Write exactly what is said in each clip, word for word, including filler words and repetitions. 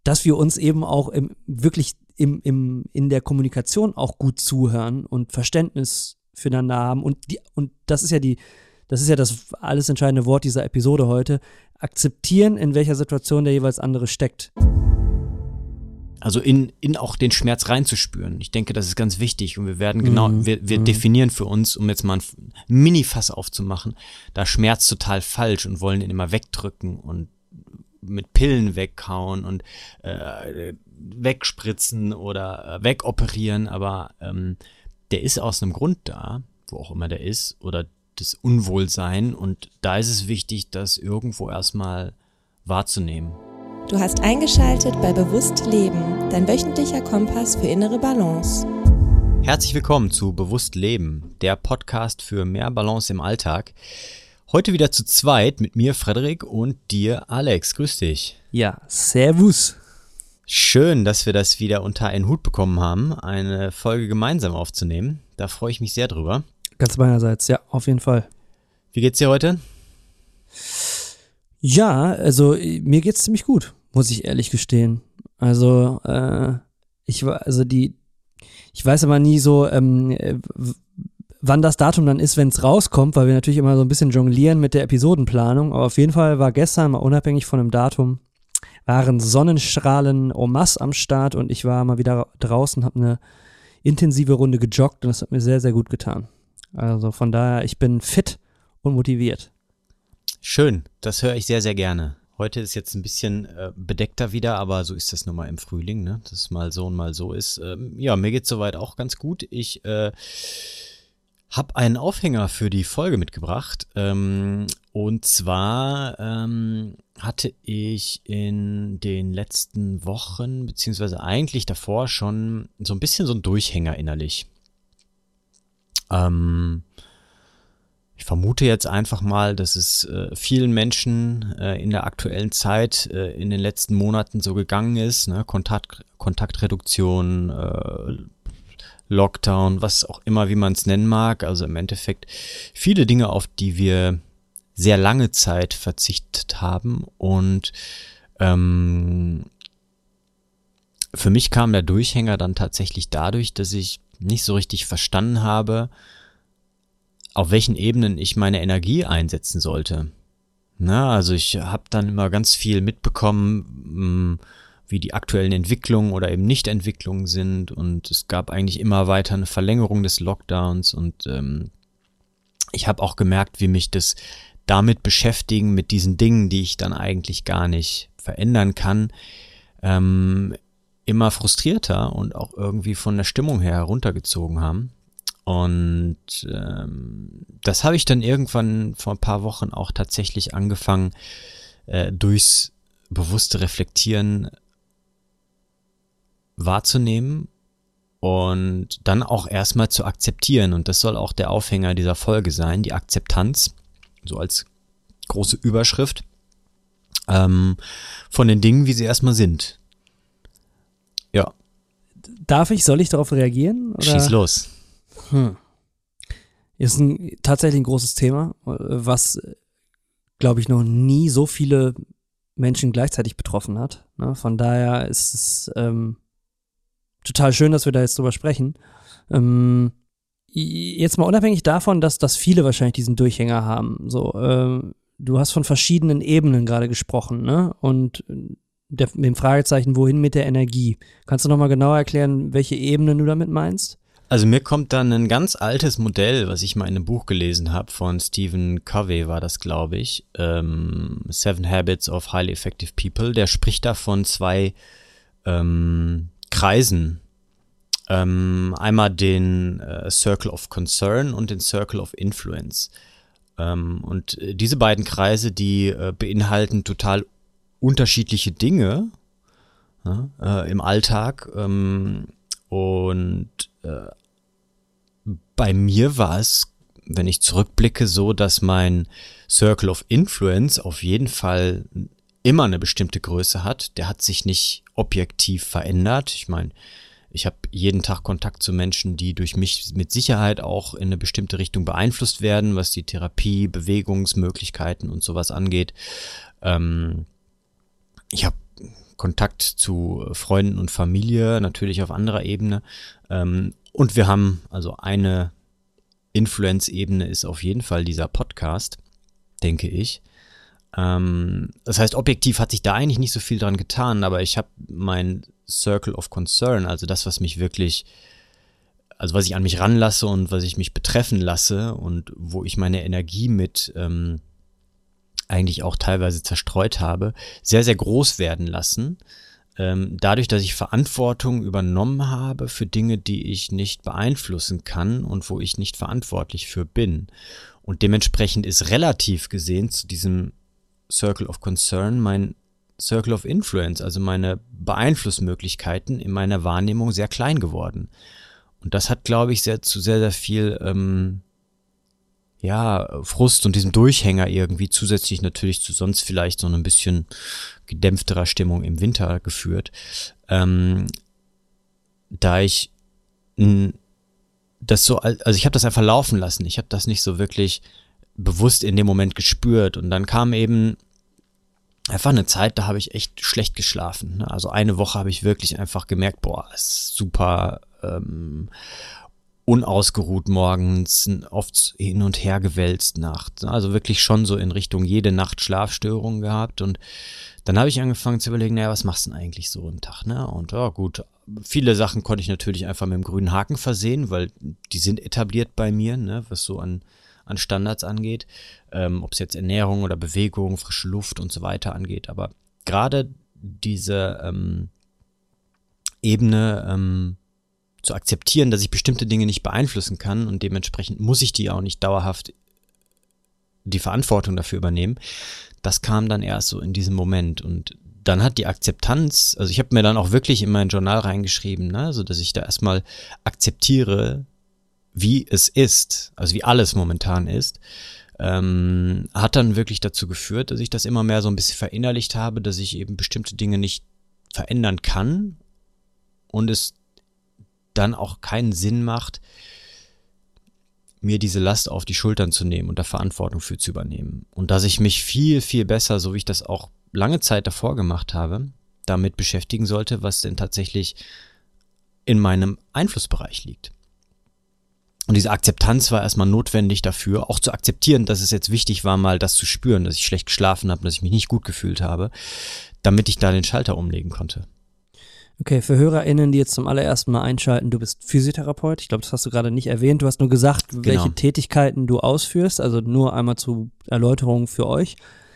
dass wir uns eben auch im, wirklich im, im, in der Kommunikation auch gut zuhören und Verständnis füreinander haben. Und, die, und das ist ja die, das ist ja das alles entscheidende Wort dieser Episode heute, akzeptieren, in welcher Situation der jeweils andere steckt. Also in, in auch den Schmerz reinzuspüren. Ich denke, das ist ganz wichtig und wir werden genau, Mhm. wir, wir Mhm. definieren für uns, um jetzt mal ein Mini-Fass aufzumachen, da Schmerz total falsch und wollen ihn immer wegdrücken und mit Pillen weghauen und äh, wegspritzen oder äh, wegoperieren, aber ähm, der ist aus einem Grund da, wo auch immer der ist, oder das Unwohlsein, und da ist es wichtig, das irgendwo erstmal wahrzunehmen. Du hast eingeschaltet bei Bewusst Leben, dein wöchentlicher Kompass für innere Balance. Herzlich willkommen zu Bewusst Leben, der Podcast für mehr Balance im Alltag. Heute wieder zu zweit mit mir, Frederik, und dir, Alex. Grüß dich. Ja, servus. Schön, dass wir das wieder unter einen Hut bekommen haben, eine Folge gemeinsam aufzunehmen. Da freue ich mich sehr drüber. Ganz meinerseits, ja, auf jeden Fall. Wie geht's dir heute? Ja, also mir geht's ziemlich gut, muss ich ehrlich gestehen. Also, äh, ich war, also die, ich weiß aber nie so, ähm, w- wann das Datum dann ist, wenn es rauskommt, weil wir natürlich immer so ein bisschen jonglieren mit der Episodenplanung. Aber auf jeden Fall war gestern, mal unabhängig von dem Datum, waren Sonnenstrahlen en masse am Start und ich war mal wieder draußen, habe eine intensive Runde gejoggt und das hat mir sehr, sehr gut getan. Also von daher, ich bin fit und motiviert. Schön, das höre ich sehr, sehr gerne. Heute ist jetzt ein bisschen äh, bedeckter wieder, aber so ist das nun mal im Frühling, ne? Dass es mal so und mal so ist. Ähm, ja, mir geht's soweit auch ganz gut. Ich äh, habe einen Aufhänger für die Folge mitgebracht. Ähm, und zwar ähm, hatte ich in den letzten Wochen, beziehungsweise eigentlich davor schon so ein bisschen so einen Durchhänger innerlich. Ähm, Ich vermute jetzt einfach mal, dass es äh, vielen Menschen äh, in der aktuellen Zeit, äh, in den letzten Monaten so gegangen ist, ne? Kontakt, Kontaktreduktion, äh, Lockdown, was auch immer, wie man es nennen mag. Also im Endeffekt viele Dinge, auf die wir sehr lange Zeit verzichtet haben. Und ähm, für mich kam der Durchhänger dann tatsächlich dadurch, dass ich nicht so richtig verstanden habe, auf welchen Ebenen ich meine Energie einsetzen sollte. Na, also ich habe dann immer ganz viel mitbekommen, mh, wie die aktuellen Entwicklungen oder eben Nicht-Entwicklungen sind, und es gab eigentlich immer weiter eine Verlängerung des Lockdowns, und ähm, ich habe auch gemerkt, wie mich das damit beschäftigen, mit diesen Dingen, die ich dann eigentlich gar nicht verändern kann, ähm, immer frustrierter und auch irgendwie von der Stimmung her heruntergezogen haben. Und ähm, das habe ich dann irgendwann vor ein paar Wochen auch tatsächlich angefangen, äh, durchs bewusste Reflektieren wahrzunehmen und dann auch erstmal zu akzeptieren. Und das soll auch der Aufhänger dieser Folge sein, die Akzeptanz, so als große Überschrift, ähm, von den Dingen, wie sie erstmal sind. Ja. Darf ich, soll ich darauf reagieren? Oder? Schieß los. Hm. Ist ein, tatsächlich ein großes Thema, was, glaube ich, noch nie so viele Menschen gleichzeitig betroffen hat. Ne? Von daher ist es ähm, total schön, dass wir da jetzt drüber sprechen. Ähm, jetzt mal unabhängig davon, dass, dass viele wahrscheinlich diesen Durchhänger haben. So, ähm, du hast von verschiedenen Ebenen gerade gesprochen, ne? Und der, mit dem Fragezeichen, wohin mit der Energie? Kannst du nochmal genauer erklären, welche Ebenen du damit meinst? Also mir kommt dann ein ganz altes Modell, was ich mal in einem Buch gelesen habe, von Stephen Covey war das, glaube ich, ähm, Seven Habits of Highly Effective People. Der spricht da von zwei ähm, Kreisen. Ähm, einmal den äh, Circle of Concern und den Circle of Influence. Ähm, und diese beiden Kreise, die äh, beinhalten total unterschiedliche Dinge, ja, äh, im Alltag, ähm, und äh, bei mir war es, wenn ich zurückblicke, so, dass mein Circle of Influence auf jeden Fall immer eine bestimmte Größe hat. Der hat sich nicht objektiv verändert. Ich meine, ich habe jeden Tag Kontakt zu Menschen, die durch mich mit Sicherheit auch in eine bestimmte Richtung beeinflusst werden, was die Therapie, Bewegungsmöglichkeiten und sowas angeht. Ähm, ich habe Kontakt zu Freunden und Familie, natürlich auf anderer Ebene. Ähm, und wir haben also eine Influence-Ebene ist auf jeden Fall dieser Podcast, denke ich. Ähm, das heißt, objektiv hat sich da eigentlich nicht so viel dran getan, aber ich habe mein Circle of Concern, also das, was mich wirklich, also was ich an mich ranlasse und was ich mich betreffen lasse und wo ich meine Energie mit ähm, eigentlich auch teilweise zerstreut habe, sehr, sehr groß werden lassen. Ähm, dadurch, dass ich Verantwortung übernommen habe für Dinge, die ich nicht beeinflussen kann und wo ich nicht verantwortlich für bin. Und dementsprechend ist relativ gesehen zu diesem Circle of Concern mein Circle of Influence, also meine Beeinflussmöglichkeiten in meiner Wahrnehmung sehr klein geworden. Und das hat, glaube ich, sehr zu sehr, sehr viel ähm, ja, Frust und diesem Durchhänger irgendwie zusätzlich natürlich zu sonst vielleicht so ein bisschen gedämpfterer Stimmung im Winter geführt. Ähm, da ich mh, das so, also ich habe das einfach laufen lassen. Ich habe das nicht so wirklich bewusst in dem Moment gespürt. Und dann kam eben einfach eine Zeit, da habe ich echt schlecht geschlafen. Ne? Also eine Woche habe ich wirklich einfach gemerkt, boah, es ist super ähm, unausgeruht morgens, oft hin und her gewälzt nachts. Also wirklich schon so in Richtung jede Nacht Schlafstörungen gehabt. Und dann habe ich angefangen zu überlegen, naja, was machst du denn eigentlich so einen Tag? Ne? Und ja gut, viele Sachen konnte ich natürlich einfach mit dem grünen Haken versehen, weil die sind etabliert bei mir, ne? Was so an an Standards angeht, ähm, ob es jetzt Ernährung oder Bewegung, frische Luft und so weiter angeht. Aber gerade diese ähm, Ebene ähm, zu akzeptieren, dass ich bestimmte Dinge nicht beeinflussen kann und dementsprechend muss ich die auch nicht dauerhaft die Verantwortung dafür übernehmen, das kam dann erst so in diesem Moment. Und dann hat die Akzeptanz, also ich habe mir dann auch wirklich in mein Journal reingeschrieben, ne, so dass ich da erstmal akzeptiere, wie es ist, also wie alles momentan ist, ähm, hat dann wirklich dazu geführt, dass ich das immer mehr so ein bisschen verinnerlicht habe, dass ich eben bestimmte Dinge nicht verändern kann und es dann auch keinen Sinn macht, mir diese Last auf die Schultern zu nehmen und da Verantwortung für zu übernehmen. Und dass ich mich viel, viel besser, so wie ich das auch lange Zeit davor gemacht habe, damit beschäftigen sollte, was denn tatsächlich in meinem Einflussbereich liegt. Und diese Akzeptanz war erstmal notwendig dafür, auch zu akzeptieren, dass es jetzt wichtig war, mal das zu spüren, dass ich schlecht geschlafen habe, dass ich mich nicht gut gefühlt habe, damit ich da den Schalter umlegen konnte. Okay, für HörerInnen, die jetzt zum allerersten Mal einschalten, du bist Physiotherapeut. Ich glaube, das hast du gerade nicht erwähnt. Du hast nur gesagt, Genau. welche Tätigkeiten du ausführst. Also nur einmal zur Erläuterung für euch.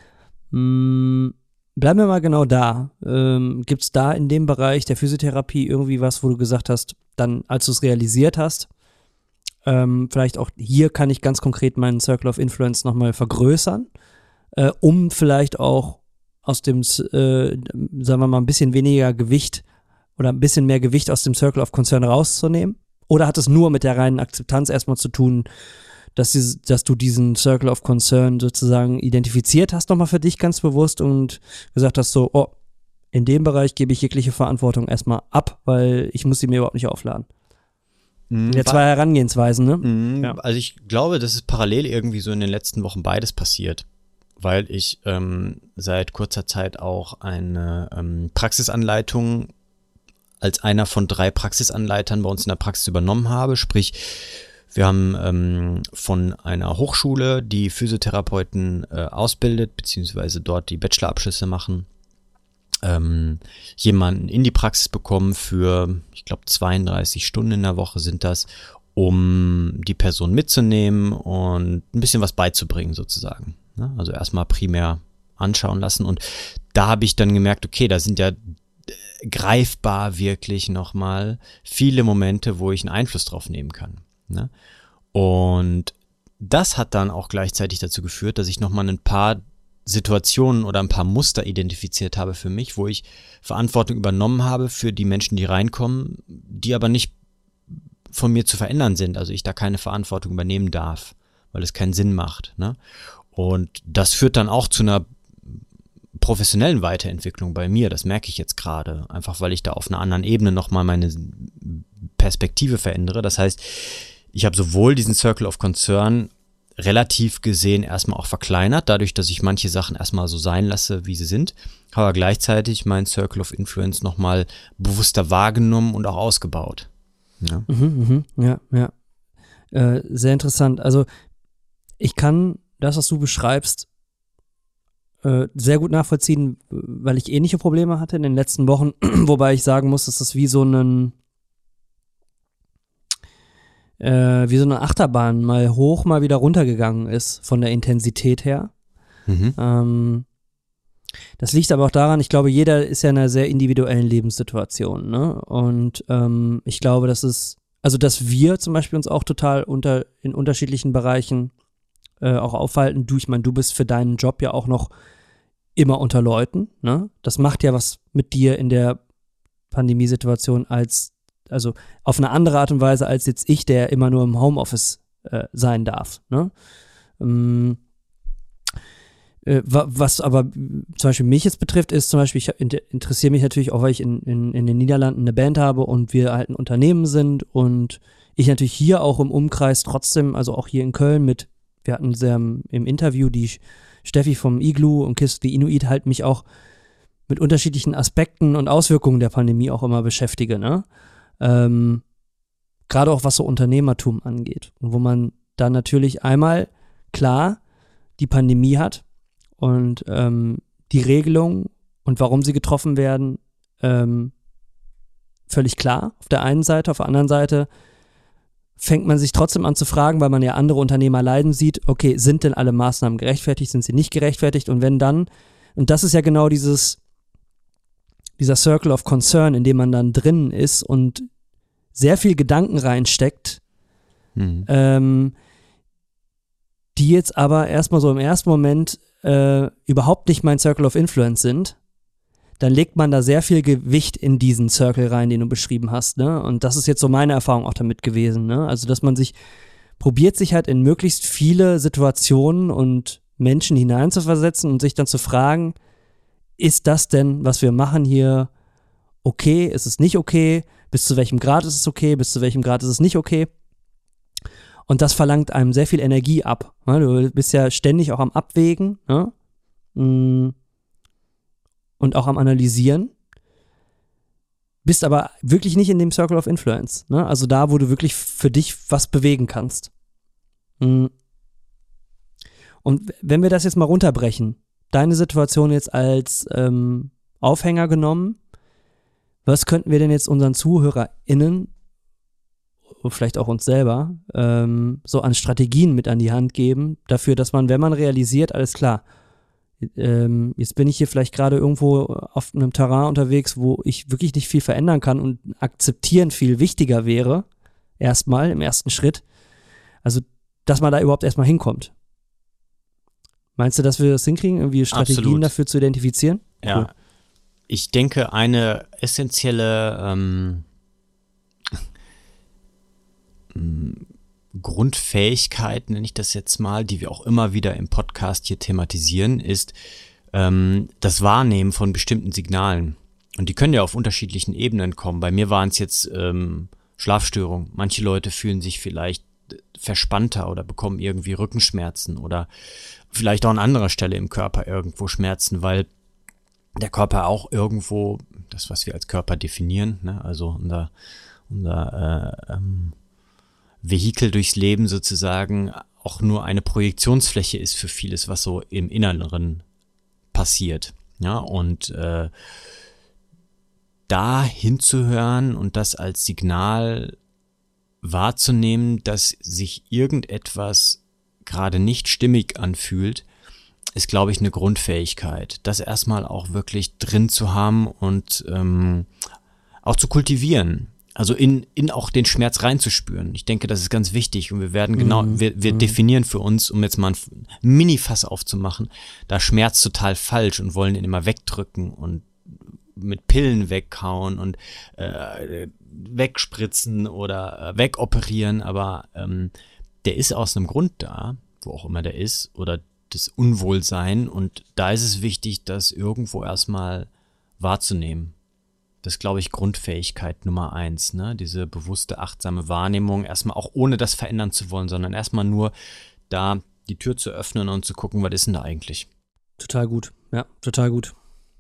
Hm, bleiben wir mal genau da. Ähm, gibt es da in dem Bereich der Physiotherapie irgendwie was, wo du gesagt hast, dann, als du es realisiert hast, ähm, vielleicht auch hier kann ich ganz konkret meinen Circle of Influence nochmal vergrößern, äh, um vielleicht auch aus dem, äh, sagen wir mal, ein bisschen weniger Gewicht oder ein bisschen mehr Gewicht aus dem Circle of Concern rauszunehmen? Oder hat es nur mit der reinen Akzeptanz erstmal zu tun, dass, die, dass du diesen Circle of Concern sozusagen identifiziert hast, nochmal für dich ganz bewusst und gesagt hast so, oh, in dem Bereich gebe ich jegliche Verantwortung erstmal ab, weil ich muss sie mir überhaupt nicht aufladen. Mhm, ja, zwei Herangehensweisen, ne? Mhm, ja. Also ich glaube, dass es parallel irgendwie so in den letzten Wochen beides passiert, weil ich ähm, seit kurzer Zeit auch eine ähm, Praxisanleitung als einer von drei Praxisanleitern bei uns in der Praxis übernommen habe. Sprich, wir haben ähm, von einer Hochschule, die Physiotherapeuten äh, ausbildet, beziehungsweise dort die Bachelorabschlüsse machen, ähm, jemanden in die Praxis bekommen für, ich glaube, zweiunddreißig Stunden in der Woche sind das, um die Person mitzunehmen und ein bisschen was beizubringen sozusagen. Ne? Also erstmal primär anschauen lassen. Und da habe ich dann gemerkt, okay, da sind ja greifbar wirklich nochmal viele Momente, wo ich einen Einfluss drauf nehmen kann. Ne? Und das hat dann auch gleichzeitig dazu geführt, dass ich nochmal ein paar Situationen oder ein paar Muster identifiziert habe für mich, wo ich Verantwortung übernommen habe für die Menschen, die reinkommen, die aber nicht von mir zu verändern sind. Also ich da keine Verantwortung übernehmen darf, weil es keinen Sinn macht. Ne? Und das führt dann auch zu einer professionellen Weiterentwicklung bei mir, das merke ich jetzt gerade, einfach weil ich da auf einer anderen Ebene nochmal meine Perspektive verändere. Das heißt, ich habe sowohl diesen Circle of Concern relativ gesehen erstmal auch verkleinert, dadurch, dass ich manche Sachen erstmal so sein lasse, wie sie sind, aber gleichzeitig mein Circle of Influence nochmal bewusster wahrgenommen und auch ausgebaut. Ja, Mhm, mhm, ja, ja. Äh, sehr interessant. Also ich kann das, was du beschreibst, äh, sehr gut nachvollziehen, weil ich ähnliche Probleme hatte in den letzten Wochen, wobei ich sagen muss, dass das wie so ein äh, wie so eine Achterbahn mal hoch, mal wieder runtergegangen ist von der Intensität her. mhm. Ähm, das liegt aber auch daran, ich glaube, jeder ist ja in einer sehr individuellen Lebenssituation, ne? Und ähm, ich glaube, dass es, also dass wir zum Beispiel uns auch total unter in unterschiedlichen Bereichen äh, auch aufhalten. Du, ich meine, du bist für deinen Job ja auch noch immer unter Leuten, ne? Das macht ja was mit dir in der Pandemiesituation als, also auf eine andere Art und Weise als jetzt ich, der immer nur im Homeoffice äh, sein darf, ne? Ähm, äh, wa- was aber zum Beispiel mich jetzt betrifft, ist zum Beispiel, ich inter- interessiere mich natürlich auch, weil ich in, in, in den Niederlanden eine Band habe und wir halt ein Unternehmen sind und ich natürlich hier auch im Umkreis trotzdem, also auch hier in Köln mit, wir hatten sehr im, im Interview die Steffi vom Igloo und Kiss the Inuit halt mich auch mit unterschiedlichen Aspekten und Auswirkungen der Pandemie auch immer beschäftige, ne? Ähm, Gerade auch was so Unternehmertum angeht. Und wo man dann natürlich einmal klar die Pandemie hat und ähm, die Regelungen und warum sie getroffen werden, ähm, völlig klar auf der einen Seite. Auf der anderen Seite fängt man sich trotzdem an zu fragen, weil man ja andere Unternehmer leiden sieht, okay, sind denn alle Maßnahmen gerechtfertigt, sind sie nicht gerechtfertigt? Und wenn dann, und das ist ja genau dieses, dieser Circle of Concern, in dem man dann drin ist und sehr viel Gedanken reinsteckt, Mhm. ähm, die jetzt aber erstmal so im ersten Moment äh, überhaupt nicht mein Circle of Influence sind, dann legt man da sehr viel Gewicht in diesen Circle rein, den du beschrieben hast, ne? Und das ist jetzt so meine Erfahrung auch damit gewesen, ne? Also, dass man sich probiert, sich halt in möglichst viele Situationen und Menschen hineinzuversetzen und sich dann zu fragen, ist das denn, was wir machen hier, okay? Ist es nicht okay? Bis zu welchem Grad ist es okay? Bis zu welchem Grad ist es nicht okay? Und das verlangt einem sehr viel Energie ab. Ne? Du bist ja ständig auch am Abwägen, ne? Und auch am Analysieren. Bist aber wirklich nicht in dem Circle of Influence. Ne? Also da, wo du wirklich für dich was bewegen kannst. Und wenn wir das jetzt mal runterbrechen, deine Situation jetzt als ähm, Aufhänger genommen, was könnten wir denn jetzt unseren ZuhörerInnen oder vielleicht auch uns selber ähm, so an Strategien mit an die Hand geben, dafür, dass man, wenn man realisiert, alles klar, ähm, jetzt bin ich hier vielleicht gerade irgendwo auf einem Terrain unterwegs, wo ich wirklich nicht viel verändern kann und akzeptieren viel wichtiger wäre, erstmal im ersten Schritt, also dass man da überhaupt erstmal hinkommt. Meinst du, dass wir das hinkriegen, irgendwie Strategien Absolut. dafür zu identifizieren? Ja, Cool. ich denke, eine essentielle ähm, Grundfähigkeit, nenne ich das jetzt mal, die wir auch immer wieder im Podcast hier thematisieren, ist ähm, das Wahrnehmen von bestimmten Signalen. Und die können ja auf unterschiedlichen Ebenen kommen. Bei mir waren es jetzt ähm, Schlafstörungen. Manche Leute fühlen sich vielleicht verspannter oder bekommen irgendwie Rückenschmerzen oder vielleicht auch an anderer Stelle im Körper irgendwo Schmerzen, weil der Körper auch irgendwo, das was wir als Körper definieren, ne, also unser, unser äh, ähm, Vehikel durchs Leben sozusagen auch nur eine Projektionsfläche ist für vieles, was so im Inneren passiert. Ja, und äh, da hinzuhören und das als Signal wahrzunehmen, dass sich irgendetwas gerade nicht stimmig anfühlt, ist, glaube ich, eine Grundfähigkeit. Das erstmal auch wirklich drin zu haben und ähm, auch zu kultivieren. Also in, in auch den Schmerz reinzuspüren. Ich denke, das ist ganz wichtig und wir werden genau, Mhm. wir, wir Mhm. definieren für uns, um jetzt mal ein Mini-Fass aufzumachen, da Schmerz total falsch und wollen ihn immer wegdrücken und mit Pillen weghauen und äh, wegspritzen oder äh, wegoperieren, aber ähm, der ist aus einem Grund da, wo auch immer der ist, oder das Unwohlsein, und da ist es wichtig, das irgendwo erstmal wahrzunehmen. Das ist, glaube ich, Grundfähigkeit Nummer eins, ne? Diese bewusste, achtsame Wahrnehmung, erstmal auch ohne das verändern zu wollen, sondern erstmal nur da die Tür zu öffnen und zu gucken, was ist denn da eigentlich. Total gut, ja, total gut.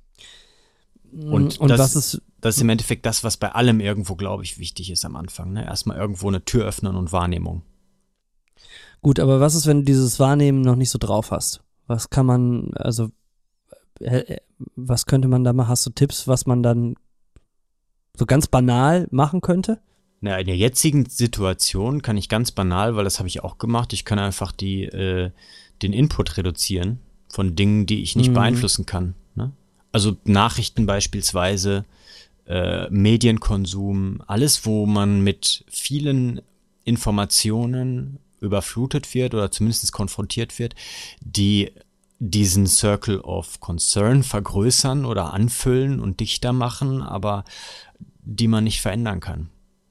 Und, und das, was ist, das ist im Endeffekt das, was bei allem irgendwo, glaube ich, wichtig ist am Anfang. Ne? Erstmal irgendwo eine Tür öffnen und Wahrnehmung. Gut, aber was ist, wenn du dieses Wahrnehmen noch nicht so drauf hast? Was kann man, also, äh, was könnte man da machen? Hast du Tipps, was man dann so ganz banal machen könnte? Na, in der jetzigen Situation kann ich ganz banal, weil das habe ich auch gemacht, ich kann einfach die, äh, den Input reduzieren von Dingen, die ich nicht mhm. beeinflussen kann. Ne? Also Nachrichten beispielsweise, äh, Medienkonsum, alles, wo man mit vielen Informationen überflutet wird oder zumindest konfrontiert wird, die diesen Circle of Concern vergrößern oder anfüllen und dichter machen, aber die man nicht verändern kann.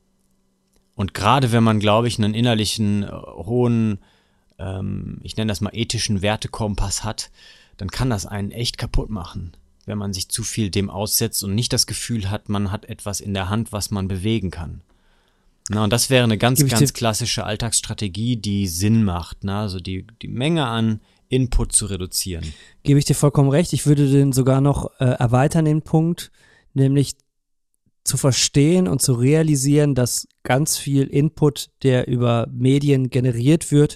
Und gerade wenn man, glaube ich, einen innerlichen, äh, hohen, ähm, ich nenne das mal ethischen Wertekompass hat, dann kann das einen echt kaputt machen, wenn man sich zu viel dem aussetzt und nicht das Gefühl hat, man hat etwas in der Hand, was man bewegen kann. Na, und das wäre eine ganz, ganz klassische Alltagsstrategie, die Sinn macht, ne? Also die, die Menge an Input zu reduzieren. Gebe ich dir vollkommen recht. Ich würde den sogar noch äh, erweitern, den Punkt, nämlich zu verstehen und zu realisieren, dass ganz viel Input, der über Medien generiert wird,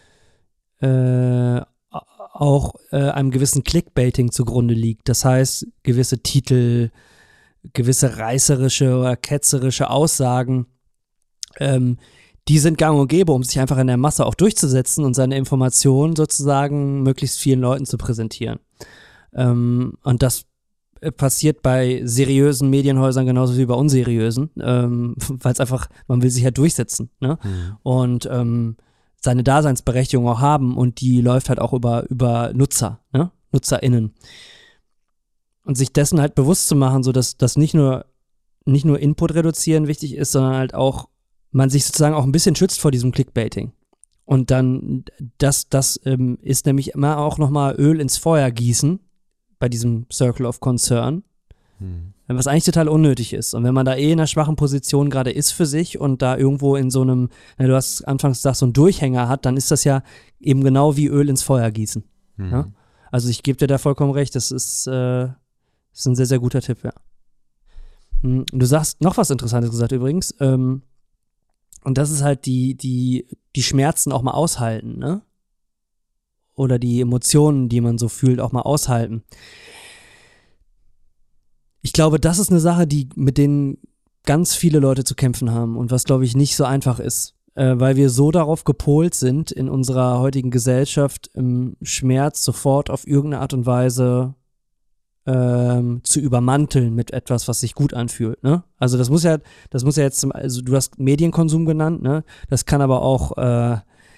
äh, auch äh, einem gewissen Clickbaiting zugrunde liegt. Das heißt, gewisse Titel, gewisse reißerische oder ketzerische Aussagen, ähm, die sind gang und gäbe, um sich einfach in der Masse auch durchzusetzen und seine Informationen sozusagen möglichst vielen Leuten zu präsentieren. Ähm, und das passiert bei seriösen Medienhäusern genauso wie bei unseriösen, ähm, weil es einfach, man will sich ja durchsetzen, ne? Mhm. Und ähm, seine Daseinsberechtigung auch haben und die läuft halt auch über, über Nutzer, ne? NutzerInnen. Und sich dessen halt bewusst zu machen, so dass, dass nicht nur, nicht nur Input reduzieren wichtig ist, sondern halt auch, man sich sozusagen auch ein bisschen schützt vor diesem Clickbaiting. Und dann, das, das ähm, ist nämlich immer auch nochmal Öl ins Feuer gießen, bei diesem Circle of Concern, hm. was eigentlich total unnötig ist. Und wenn man da eh in einer schwachen Position gerade ist für sich und da irgendwo in so einem, na, du hast anfangs gesagt, so einen Durchhänger hat, dann ist das ja eben genau wie Öl ins Feuer gießen. Hm. Ja? Also ich gebe dir da vollkommen recht, das ist, äh, das ist ein sehr, sehr guter Tipp, ja. Hm. Du sagst noch was Interessantes gesagt übrigens, ähm, und das ist halt die, die, die Schmerzen auch mal aushalten, ne? Oder die Emotionen, die man so fühlt, auch mal aushalten. Ich glaube, das ist eine Sache, die mit denen ganz viele Leute zu kämpfen haben und was, glaube ich, nicht so einfach ist, äh, weil wir so darauf gepolt sind, in unserer heutigen Gesellschaft im Schmerz sofort auf irgendeine Art und Weise ähm, zu übermanteln mit etwas, was sich gut anfühlt, ne? Also das muss ja, das muss ja jetzt, zum, also du hast Medienkonsum genannt, ne? Das kann aber auch äh,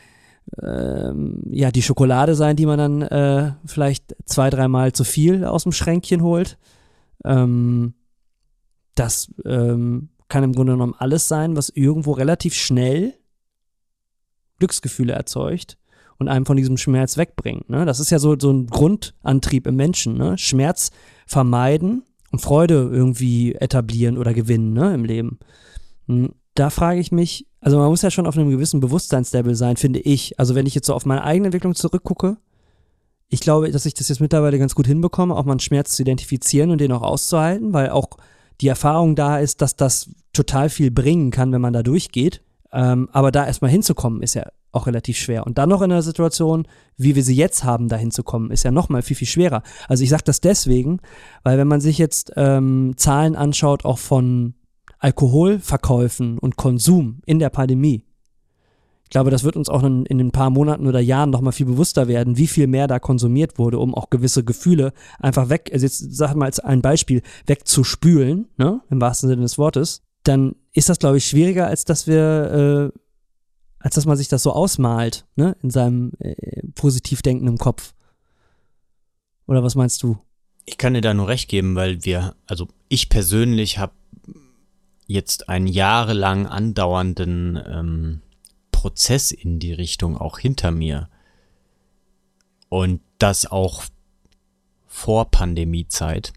Ähm, ja, die Schokolade sein, die man dann äh, vielleicht zwei, dreimal zu viel aus dem Schränkchen holt. Ähm, das ähm, kann im Grunde genommen alles sein, was irgendwo relativ schnell Glücksgefühle erzeugt und einem von diesem Schmerz wegbringt. Ne? Das ist ja so, so ein Grundantrieb im Menschen. Ne? Schmerz vermeiden und Freude irgendwie etablieren oder gewinnen, ne, im Leben. Da frage ich mich, also man muss ja schon auf einem gewissen Bewusstseinslevel sein, finde ich. Also wenn ich jetzt so auf meine eigene Entwicklung zurückgucke, ich glaube, dass ich das jetzt mittlerweile ganz gut hinbekomme, auch mal einen Schmerz zu identifizieren und den auch auszuhalten, weil auch die Erfahrung da ist, dass das total viel bringen kann, wenn man da durchgeht. Ähm, aber da erstmal hinzukommen, ist ja auch relativ schwer. Und dann noch in einer Situation, wie wir sie jetzt haben, da hinzukommen, ist ja noch mal viel, viel schwerer. Also ich sage das deswegen, weil wenn man sich jetzt ähm, Zahlen anschaut, auch von Alkoholverkäufen und Konsum in der Pandemie. Ich glaube, das wird uns auch in, in ein paar Monaten oder Jahren noch mal viel bewusster werden, wie viel mehr da konsumiert wurde, um auch gewisse Gefühle einfach weg, also jetzt sag mal als ein Beispiel, wegzuspülen, ne, im wahrsten Sinne des Wortes, dann ist das, glaube ich, schwieriger, als dass wir, äh, als dass man sich das so ausmalt, ne, in seinem äh, positiv denkenden Kopf. Oder was meinst du? Ich kann dir da nur recht geben, weil wir, also ich persönlich habe jetzt einen jahrelang andauernden ähm, Prozess in die Richtung auch hinter mir. Und das auch vor Pandemiezeit.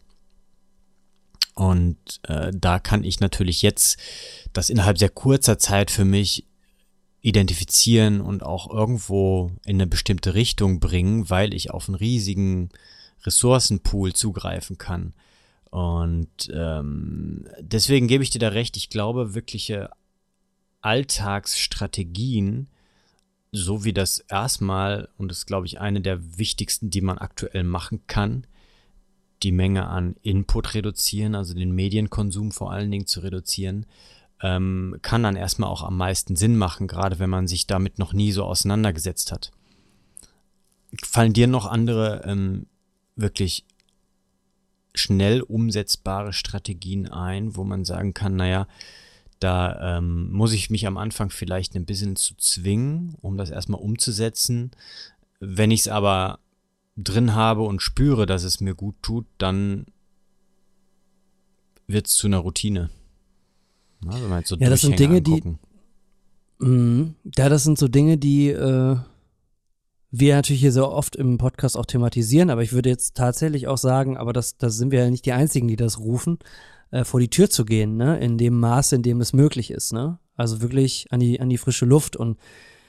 Und äh, da kann ich natürlich jetzt das innerhalb sehr kurzer Zeit für mich identifizieren und auch irgendwo in eine bestimmte Richtung bringen, weil ich auf einen riesigen Ressourcenpool zugreifen kann. Und ähm, deswegen gebe ich dir da recht, ich glaube, wirkliche Alltagsstrategien, so wie das erstmal, und das ist, glaube ich, eine der wichtigsten, die man aktuell machen kann, die Menge an Input reduzieren, also den Medienkonsum vor allen Dingen zu reduzieren, ähm, kann dann erstmal auch am meisten Sinn machen, gerade wenn man sich damit noch nie so auseinandergesetzt hat. Fallen dir noch andere ähm, wirklich schnell umsetzbare Strategien ein, wo man sagen kann, naja, da ähm, muss ich mich am Anfang vielleicht ein bisschen zu zwingen, um das erstmal umzusetzen. Wenn ich es aber drin habe und spüre, dass es mir gut tut, dann wird es zu einer Routine. Na, wenn man jetzt so ja, das sind Dinge, angucken. die mh, ja, das sind so Dinge, die äh, wir natürlich hier so oft im Podcast auch thematisieren, aber ich würde jetzt tatsächlich auch sagen, aber das, das sind wir ja nicht die Einzigen, die das rufen, äh, vor die Tür zu gehen, ne, in dem Maße, in dem es möglich ist, ne, also wirklich an die, an die frische Luft und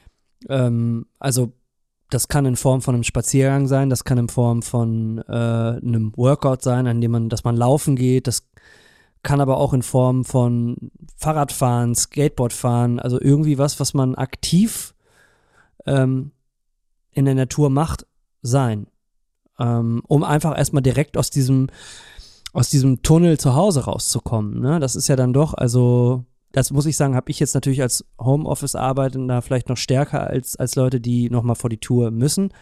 ähm, also das kann in Form von einem Spaziergang sein, das kann in Form von äh, einem Workout sein, an dem man, dass man laufen geht, das kann aber auch in Form von Fahrradfahren, Skateboardfahren, also irgendwie was, was man aktiv ähm, in der Natur macht, sein. Ähm, um einfach erstmal direkt aus diesem, aus diesem Tunnel zu Hause rauszukommen. Ne? Das ist ja dann doch, also, das muss ich sagen, habe ich jetzt natürlich als Homeoffice-Arbeitender vielleicht noch stärker als, als Leute, die nochmal vor die Tour müssen.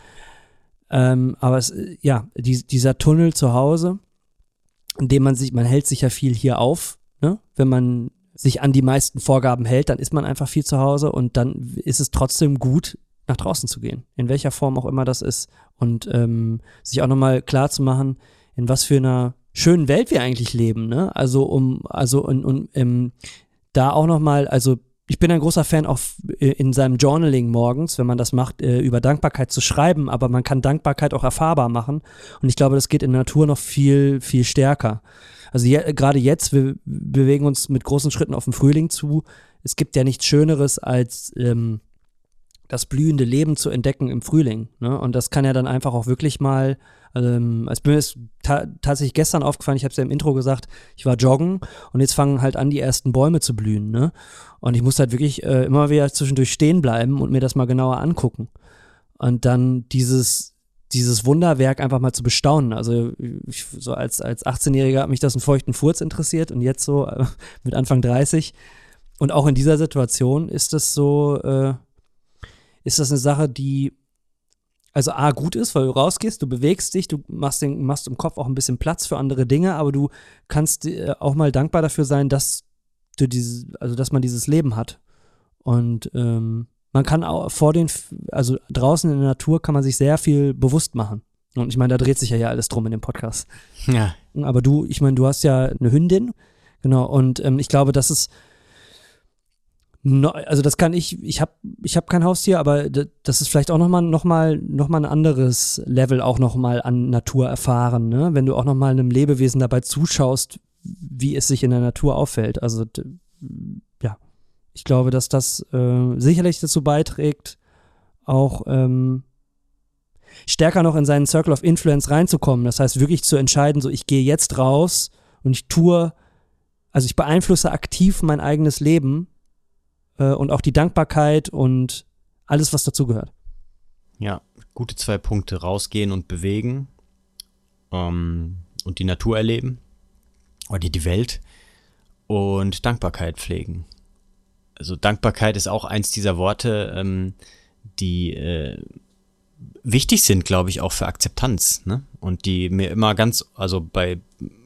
Ähm, aber es, ja, die, dieser Tunnel zu Hause, in dem man sich, man hält sich ja viel hier auf, ne? Wenn man sich an die meisten Vorgaben hält, dann ist man einfach viel zu Hause und dann ist es trotzdem gut, nach draußen zu gehen, in welcher Form auch immer das ist und ähm, sich auch nochmal klar zu machen, in was für einer schönen Welt wir eigentlich leben, ne? Also um, also und, und ähm, da auch nochmal, also ich bin ein großer Fan auch in seinem Journaling morgens, wenn man das macht, über Dankbarkeit zu schreiben, aber man kann Dankbarkeit auch erfahrbar machen und ich glaube, das geht in der Natur noch viel, viel stärker. Also je, gerade jetzt, wir bewegen uns mit großen Schritten auf den Frühling zu, es gibt ja nichts Schöneres als ähm, das blühende Leben zu entdecken im Frühling, ne? Und das kann ja dann einfach auch wirklich mal, ähm, es mir ist ta- tatsächlich gestern aufgefallen, ich habe es ja im Intro gesagt, ich war joggen und jetzt fangen halt an, die ersten Bäume zu blühen, ne? Und ich muss halt wirklich äh, immer wieder zwischendurch stehen bleiben und mir das mal genauer angucken. Und dann dieses, dieses Wunderwerk einfach mal zu bestaunen. Also ich, so als, als achtzehnjähriger hat mich das einen feuchten Furz interessiert und jetzt so äh, mit Anfang dreißig. Und auch in dieser Situation ist das so, äh, ist das eine Sache, die also A, gut ist, weil du rausgehst, du bewegst dich, du machst, den, machst im Kopf auch ein bisschen Platz für andere Dinge, aber du kannst äh, auch mal dankbar dafür sein, dass du dieses, also dass man dieses Leben hat. Und ähm, man kann auch vor den, also draußen in der Natur kann man sich sehr viel bewusst machen. Und ich meine, da dreht sich ja hier alles drum in dem Podcast. Ja. Aber du, ich meine, du hast ja eine Hündin, genau, und ähm, ich glaube, das ist No, also das kann ich, ich habe ich hab kein Haustier, aber das ist vielleicht auch nochmal noch mal, noch mal ein anderes Level auch nochmal an Natur erfahren, ne? Wenn du auch nochmal einem Lebewesen dabei zuschaust, wie es sich in der Natur auffällt. Also ja, ich glaube, dass das äh, sicherlich dazu beiträgt, auch ähm, stärker noch in seinen Circle of Influence reinzukommen. Das heißt, wirklich zu entscheiden, so ich gehe jetzt raus und ich tue, also ich beeinflusse aktiv mein eigenes Leben und auch die Dankbarkeit und alles, was dazugehört. Ja, gute zwei Punkte. Rausgehen und bewegen ähm, und die Natur erleben oder die, die Welt und Dankbarkeit pflegen. Also Dankbarkeit ist auch eins dieser Worte, ähm, die äh, wichtig sind, glaube ich, auch für Akzeptanz, ne? Und die mir immer ganz, also bei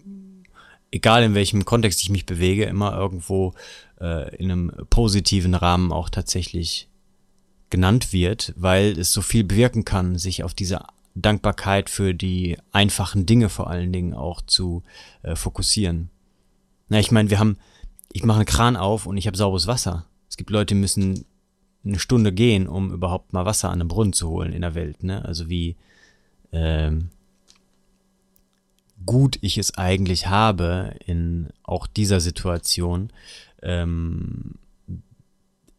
egal in welchem Kontext ich mich bewege, immer irgendwo äh, in einem positiven Rahmen auch tatsächlich genannt wird, weil es so viel bewirken kann, sich auf diese Dankbarkeit für die einfachen Dinge vor allen Dingen auch zu äh, fokussieren. Na, ich meine, wir haben, ich mache einen Kran auf und ich habe sauberes Wasser. Es gibt Leute, die müssen eine Stunde gehen, um überhaupt mal Wasser an einem Brunnen zu holen in der Welt, ne? Also wie ähm, gut ich es eigentlich habe in auch dieser Situation, ähm,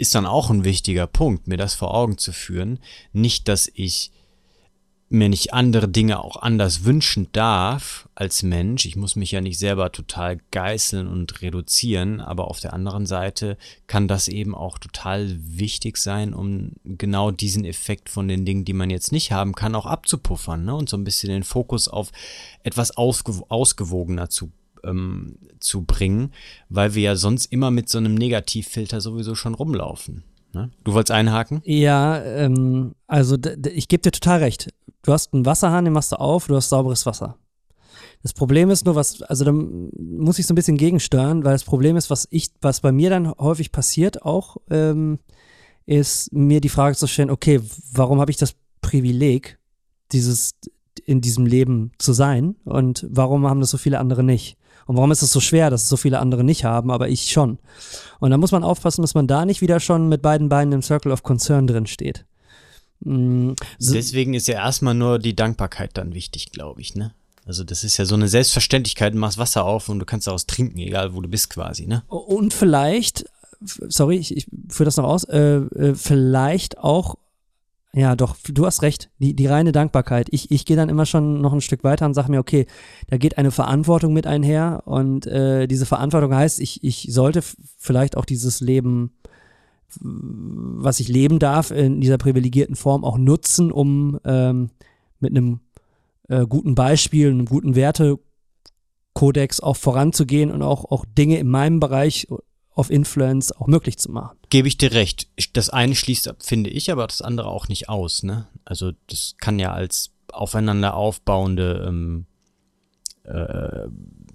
ist dann auch ein wichtiger Punkt, mir das vor Augen zu führen. Nicht, dass ich mir nicht andere Dinge auch anders wünschen darf als Mensch. Ich muss mich ja nicht selber total geißeln und reduzieren, aber auf der anderen Seite kann das eben auch total wichtig sein, um genau diesen Effekt von den Dingen, die man jetzt nicht haben kann, auch abzupuffern, ne? Und so ein bisschen den Fokus auf etwas ausgew- ausgewogener zu ähm, zu bringen, weil wir ja sonst immer mit so einem Negativfilter sowieso schon rumlaufen. Ne? Du wolltest einhaken? Ja, ähm, also d- d- ich gebe dir total recht. Du hast einen Wasserhahn, den machst du auf, du hast sauberes Wasser. Das Problem ist nur, was, also da muss ich so ein bisschen gegensteuern, weil das Problem ist, was ich, was bei mir dann häufig passiert auch, ähm, ist mir die Frage zu stellen, okay, warum habe ich das Privileg, dieses, in diesem Leben zu sein und warum haben das so viele andere nicht? Und warum ist es so schwer, dass es so viele andere nicht haben, aber ich schon? Und da muss man aufpassen, dass man da nicht wieder schon mit beiden Beinen im Circle of Concern drin steht. Mm, so, Deswegen ist ja erstmal nur die Dankbarkeit dann wichtig, glaube ich, ne? Also das ist ja so eine Selbstverständlichkeit, du machst Wasser auf und du kannst daraus trinken, egal wo du bist quasi, ne? und vielleicht, sorry, ich, ich führe das noch aus, äh, äh, vielleicht auch, ja doch, du hast recht, die, die reine Dankbarkeit. Ich, ich gehe dann immer schon noch ein Stück weiter und sage mir, okay, da geht eine Verantwortung mit einher und äh, diese Verantwortung heißt, ich, ich sollte f- vielleicht auch dieses Leben, was ich leben darf, in dieser privilegierten Form auch nutzen, um ähm, mit einem äh, guten Beispiel, einem guten Wertekodex auch voranzugehen und auch, auch Dinge in meinem Bereich of Influence auch möglich zu machen. Gebe ich dir recht. Das eine schließt ab, finde ich, aber das andere auch nicht aus, ne? Also das kann ja als aufeinander aufbauende ähm, äh,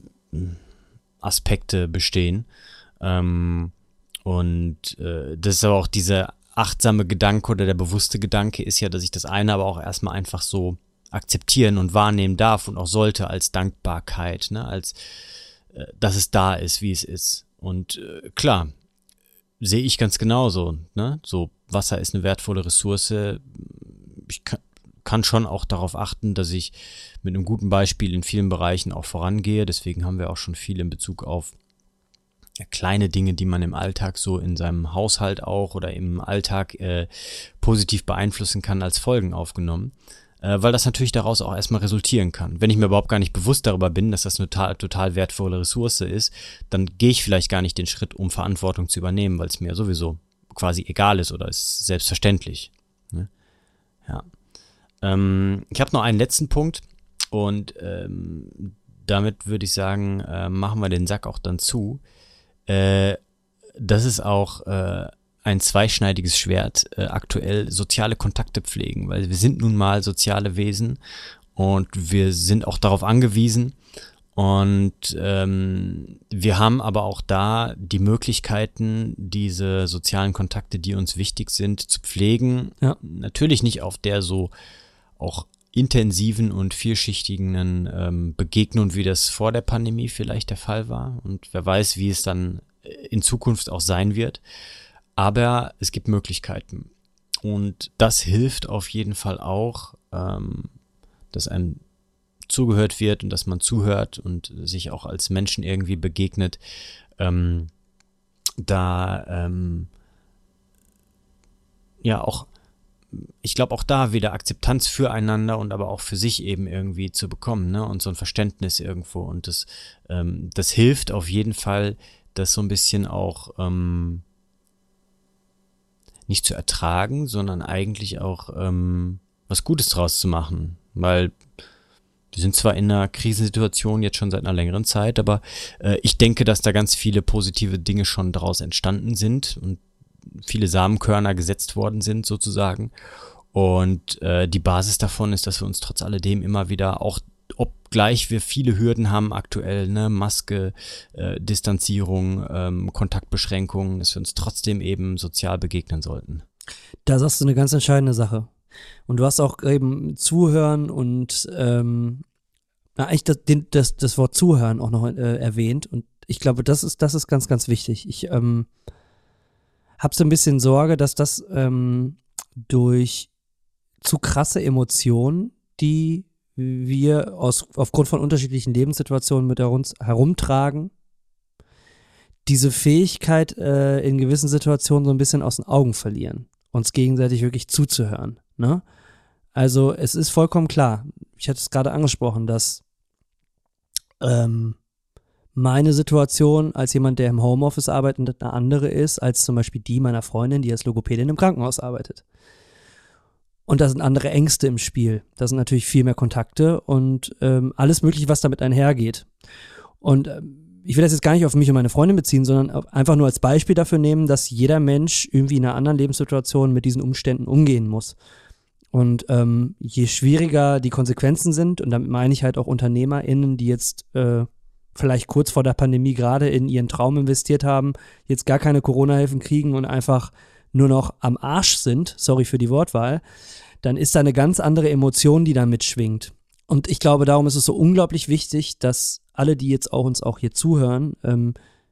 Aspekte bestehen. Ähm, und äh, das ist aber auch dieser achtsame Gedanke oder der bewusste Gedanke ist ja, dass ich das eine aber auch erstmal einfach so akzeptieren und wahrnehmen darf und auch sollte als Dankbarkeit, ne? Als äh, dass es da ist, wie es ist. Und äh, klar, sehe ich ganz genauso, ne? So, Wasser ist eine wertvolle Ressource. Ich kann, kann schon auch darauf achten, dass ich mit einem guten Beispiel in vielen Bereichen auch vorangehe. Deswegen haben wir auch schon viel in Bezug auf ja, kleine Dinge, die man im Alltag so in seinem Haushalt auch oder im Alltag äh, positiv beeinflussen kann, als Folgen aufgenommen. Äh, weil das natürlich daraus auch erstmal resultieren kann. Wenn ich mir überhaupt gar nicht bewusst darüber bin, dass das eine total, total wertvolle Ressource ist, dann gehe ich vielleicht gar nicht den Schritt, um Verantwortung zu übernehmen, weil es mir sowieso quasi egal ist oder ist selbstverständlich. Ne? Ja. Ähm, ich habe noch einen letzten Punkt und ähm, damit würde ich sagen, äh, machen wir den Sack auch dann zu. Äh, das ist auch äh, ein zweischneidiges Schwert, äh, aktuell soziale Kontakte pflegen, weil wir sind nun mal soziale Wesen und wir sind auch darauf angewiesen und ähm, wir haben aber auch da die Möglichkeiten, diese sozialen Kontakte, die uns wichtig sind, zu pflegen. Ja. Natürlich nicht auf der so auch intensiven und vielschichtigen ähm, Begegnung, wie das vor der Pandemie vielleicht der Fall war und wer weiß, wie es dann in Zukunft auch sein wird. Aber es gibt Möglichkeiten und das hilft auf jeden Fall auch, ähm, dass einem zugehört wird und dass man zuhört und sich auch als Menschen irgendwie begegnet. Ähm, da ähm, ja auch, ich glaube auch da wieder Akzeptanz füreinander und aber auch für sich eben irgendwie zu bekommen, ne? Und so ein Verständnis irgendwo und das, ähm, das hilft auf jeden Fall, das so ein bisschen auch ähm, nicht zu ertragen, sondern eigentlich auch ähm, was Gutes draus zu machen, weil wir sind zwar in einer Krisensituation jetzt schon seit einer längeren Zeit, aber äh, ich denke, dass da ganz viele positive Dinge schon daraus entstanden sind und viele Samenkörner gesetzt worden sind sozusagen und äh, die Basis davon ist, dass wir uns trotz alledem immer wieder auch, obgleich wir viele Hürden haben aktuell, ne, Maske, äh, Distanzierung, ähm, Kontaktbeschränkungen, dass wir uns trotzdem eben sozial begegnen sollten. Da sagst du eine ganz entscheidende Sache. Und du hast auch eben Zuhören und ähm, na, eigentlich das, den, das, das Wort Zuhören auch noch äh, erwähnt. Und ich glaube, das ist, das ist ganz, ganz wichtig. Ich ähm, habe so ein bisschen Sorge, dass das ähm, durch zu krasse Emotionen, die wir aus, aufgrund von unterschiedlichen Lebenssituationen mit uns herumtragen, diese Fähigkeit äh, in gewissen Situationen so ein bisschen aus den Augen verlieren, uns gegenseitig wirklich zuzuhören, ne? Also es ist vollkommen klar, ich hatte es gerade angesprochen, dass ähm, meine Situation als jemand, der im Homeoffice arbeitet, eine andere ist, als zum Beispiel die meiner Freundin, die als Logopädin im Krankenhaus arbeitet. Und da sind andere Ängste im Spiel. Da sind natürlich viel mehr Kontakte und ähm, alles Mögliche, was damit einhergeht. Und ähm, ich will das jetzt gar nicht auf mich und meine Freundin beziehen, sondern einfach nur als Beispiel dafür nehmen, dass jeder Mensch irgendwie in einer anderen Lebenssituation mit diesen Umständen umgehen muss. Und ähm, je schwieriger die Konsequenzen sind, und damit meine ich halt auch UnternehmerInnen, die jetzt äh, vielleicht kurz vor der Pandemie gerade in ihren Traum investiert haben, jetzt gar keine Corona-Hilfen kriegen und einfach nur noch am Arsch sind, sorry für die Wortwahl, dann ist da eine ganz andere Emotion, die da mitschwingt. Und ich glaube, darum ist es so unglaublich wichtig, dass alle, die jetzt auch uns auch hier zuhören, ähm,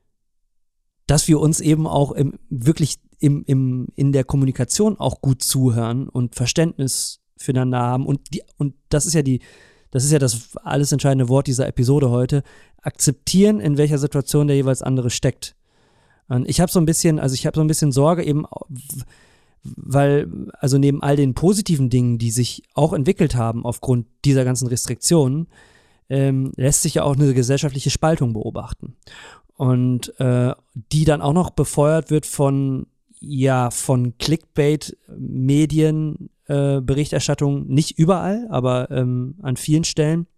dass wir uns eben auch im, wirklich im, im, in der Kommunikation auch gut zuhören und Verständnis füreinander haben. Und, die, und das ist ja die, das ist ja das alles entscheidende Wort dieser Episode heute, akzeptieren, in welcher Situation der jeweils andere steckt. Und ich habe so ein bisschen, also ich habe so ein bisschen Sorge eben, weil, also neben all den positiven Dingen, die sich auch entwickelt haben aufgrund dieser ganzen Restriktionen, ähm, lässt sich ja auch eine gesellschaftliche Spaltung beobachten. Und äh, die dann auch noch befeuert wird von, ja, von Clickbait-Medien, äh, Berichterstattung, nicht überall, aber ähm, an vielen Stellen,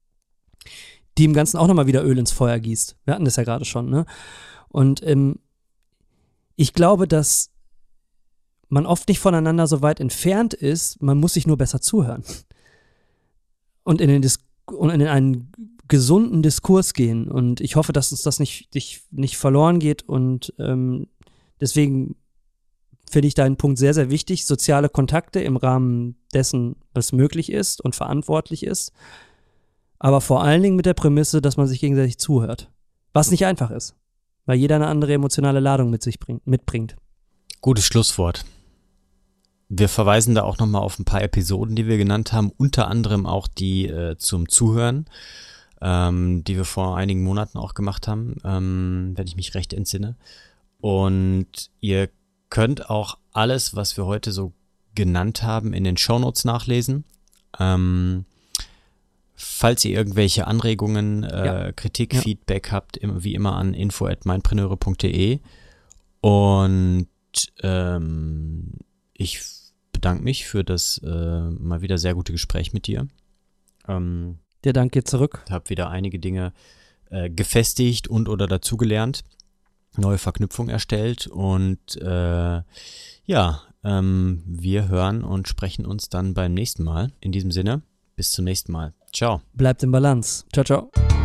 die im Ganzen auch nochmal wieder Öl ins Feuer gießt. Wir hatten das ja gerade schon, ne? Und ähm, ich glaube, dass man oft nicht voneinander so weit entfernt ist, man muss sich nur besser zuhören. Und in, den Dis- und in einen gesunden Diskurs gehen. Und ich hoffe, dass uns das nicht, nicht, nicht verloren geht. Und ähm, deswegen finde ich deinen Punkt sehr, sehr wichtig. Soziale Kontakte im Rahmen dessen, was möglich ist und verantwortlich ist. Aber vor allen Dingen mit der Prämisse, dass man sich gegenseitig zuhört. Was nicht einfach ist. Weil jeder eine andere emotionale Ladung mit sich bringt, mitbringt. Gutes Schlusswort. Wir verweisen da auch nochmal auf ein paar Episoden, die wir genannt haben, unter anderem auch die äh, zum Zuhören, ähm, die wir vor einigen Monaten auch gemacht haben, ähm, wenn ich mich recht entsinne. Und ihr könnt auch alles, was wir heute so genannt haben, in den Shownotes nachlesen. Ähm, falls ihr irgendwelche Anregungen, äh, ja. Kritik, ja. Feedback habt, immer, wie immer an info at mindpreneure punkt de. Und ähm, ich bedanke mich für das äh, mal wieder sehr gute Gespräch mit dir. Ähm, Der Dank geht zurück. Ich habe wieder einige Dinge äh, gefestigt und oder dazugelernt, neue Verknüpfungen erstellt und äh, ja, ähm, wir hören und sprechen uns dann beim nächsten Mal. In diesem Sinne, bis zum nächsten Mal. Ciao. Bleibt im Balance. Ciao, ciao.